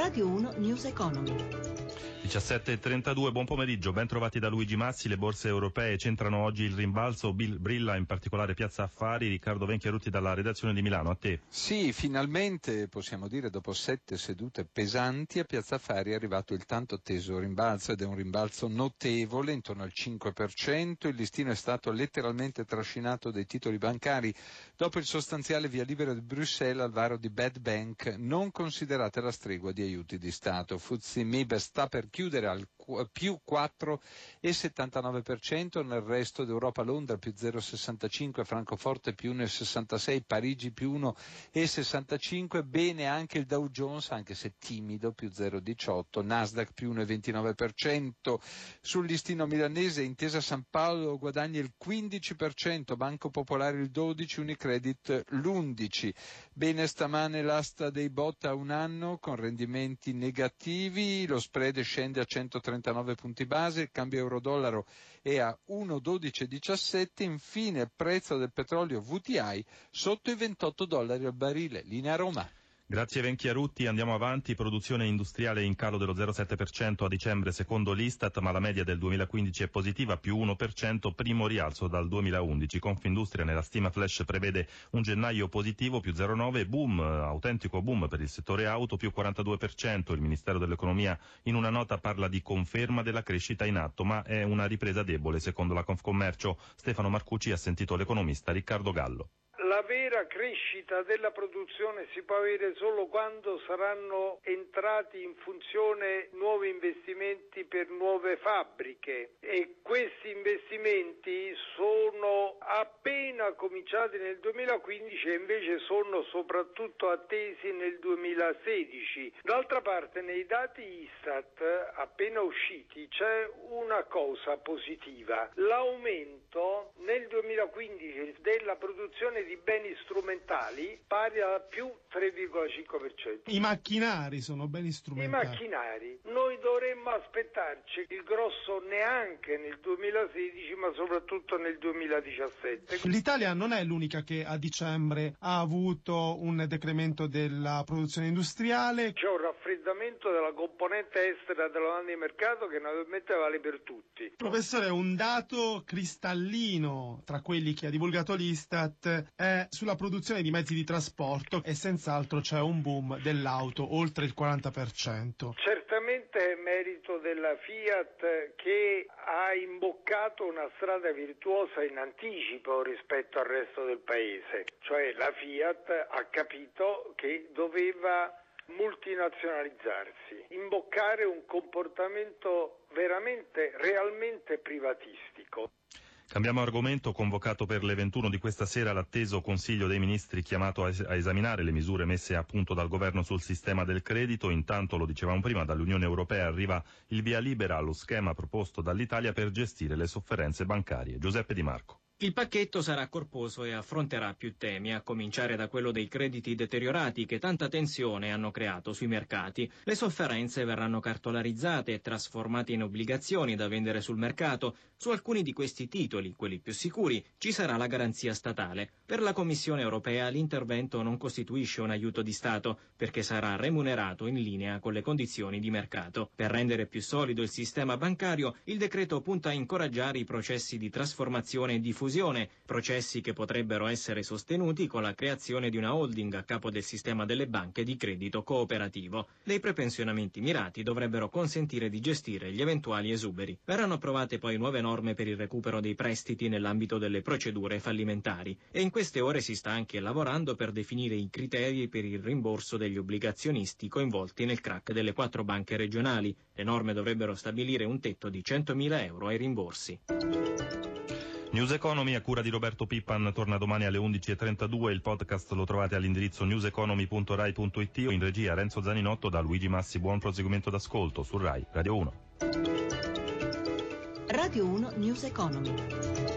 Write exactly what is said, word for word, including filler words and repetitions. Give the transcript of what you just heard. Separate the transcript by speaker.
Speaker 1: Radio uno News Economy.
Speaker 2: diciassette e trentadue, buon pomeriggio, ben trovati da Luigi Massi. Le borse europee centrano oggi il rimbalzo, brilla in particolare Piazza Affari. Riccardo Venchiarutti dalla redazione di Milano, a te.
Speaker 3: Sì, finalmente possiamo dire dopo sette sedute pesanti a Piazza Affari è arrivato il tanto atteso rimbalzo ed è un rimbalzo notevole, intorno al cinque per cento. Il listino è stato letteralmente trascinato dai titoli bancari dopo il sostanziale via libera di Bruxelles al varo di bad bank non considerate la stregua di aiuti di Stato. F T S E M I B sta per chiudere al più quattro virgola settantanove per cento, nel resto d'Europa Londra più zero virgola sessantacinque, Francoforte più uno virgola sessantasei, Parigi più uno virgola sessantacinque, bene anche il Dow Jones, anche se timido, più zero virgola diciotto, Nasdaq più uno virgola ventinove per cento. Sul listino milanese Intesa San Paolo guadagna il quindici per cento, Banco Popolare il dodici per cento, Unicredit l'undici per cento. Bene stamane l'asta dei bot a un anno con rendimenti negativi, lo spread scende a centotrentanove punti base, il cambio euro-dollaro è a uno virgola dodici diciassette, infine prezzo del petrolio V T I sotto i ventotto dollari al barile. Linea Roma.
Speaker 2: Grazie Venchiarutti, andiamo avanti. Produzione industriale in calo dello zero virgola sette per cento a dicembre secondo l'Istat, ma la media del duemilaquindici è positiva, più uno per cento, primo rialzo dal duemilaundici. Confindustria nella stima flash prevede un gennaio positivo, più zero virgola nove, boom, autentico boom per il settore auto, più quarantadue per cento. Il Ministero dell'Economia in una nota parla di conferma della crescita in atto, ma è una ripresa debole secondo la Confcommercio. Stefano Marcucci ha sentito l'economista Riccardo Gallo.
Speaker 4: La vera crescita della produzione si può avere solo quando saranno entrati in funzione nuovi investimenti per nuove fabbriche, e questi investimenti sono appena cominciati nel duemilaquindici e invece sono soprattutto attesi nel duemilasedici. D'altra parte nei dati Istat appena usciti c'è una cosa positiva: l'aumento nel duemilaquindici della produzione di beni strumentali pari a più tre virgola cinque per cento.
Speaker 5: I macchinari sono beni strumentali.
Speaker 4: I macchinari. Noi dovremmo aspettarci il grosso neanche nel duemilasedici, ma soprattutto nel duemiladiciassette.
Speaker 5: L'Italia non è l'unica che a dicembre ha avuto un decremento della produzione industriale.
Speaker 4: C'è un raffreddamento della componente estera della domanda di mercato che naturalmente vale per tutti.
Speaker 5: Professore, un dato cristallino tra quelli che ha divulgato l'Istat è sulla produzione di mezzi di trasporto, e senz'altro c'è un boom dell'auto oltre il quaranta per cento.
Speaker 4: Certamente è merito della Fiat, che ha imboccato una strada virtuosa in anticipo rispetto al resto del paese, cioè la Fiat ha capito che doveva multinazionalizzarsi, imboccare un comportamento veramente, realmente privatistico.
Speaker 2: Cambiamo argomento. Convocato per le ventuno di questa sera l'atteso Consiglio dei Ministri chiamato a, es- a esaminare le misure messe a punto dal governo sul sistema del credito. Intanto, lo dicevamo prima, dall'Unione Europea arriva il via libera allo schema proposto dall'Italia per gestire le sofferenze bancarie. Giuseppe Di Marco.
Speaker 6: Il pacchetto sarà corposo e affronterà più temi, a cominciare da quello dei crediti deteriorati che tanta tensione hanno creato sui mercati. Le sofferenze verranno cartolarizzate e trasformate in obbligazioni da vendere sul mercato. Su alcuni di questi titoli, quelli più sicuri, ci sarà la garanzia statale. Per la Commissione europea l'intervento non costituisce un aiuto di Stato, perché sarà remunerato in linea con le condizioni di mercato. Per rendere più solido il sistema bancario, il decreto punta a incoraggiare i processi di trasformazione e diffusione, processi che potrebbero essere sostenuti con la creazione di una holding a capo del sistema delle banche di credito cooperativo. Dei prepensionamenti mirati dovrebbero consentire di gestire gli eventuali esuberi. Verranno approvate poi nuove norme per il recupero dei prestiti nell'ambito delle procedure fallimentari, e in queste ore si sta anche lavorando per definire i criteri per il rimborso degli obbligazionisti coinvolti nel crack delle quattro banche regionali. Le norme dovrebbero stabilire un tetto di centomila euro ai rimborsi.
Speaker 2: News Economy a cura di Roberto Pippan torna domani alle undici e trentadue. Il podcast lo trovate all'indirizzo newseconomy punto rai punto it. In regia Renzo Zaninotto, da Luigi Massi. Buon proseguimento d'ascolto su Rai Radio uno.
Speaker 1: Radio uno News Economy.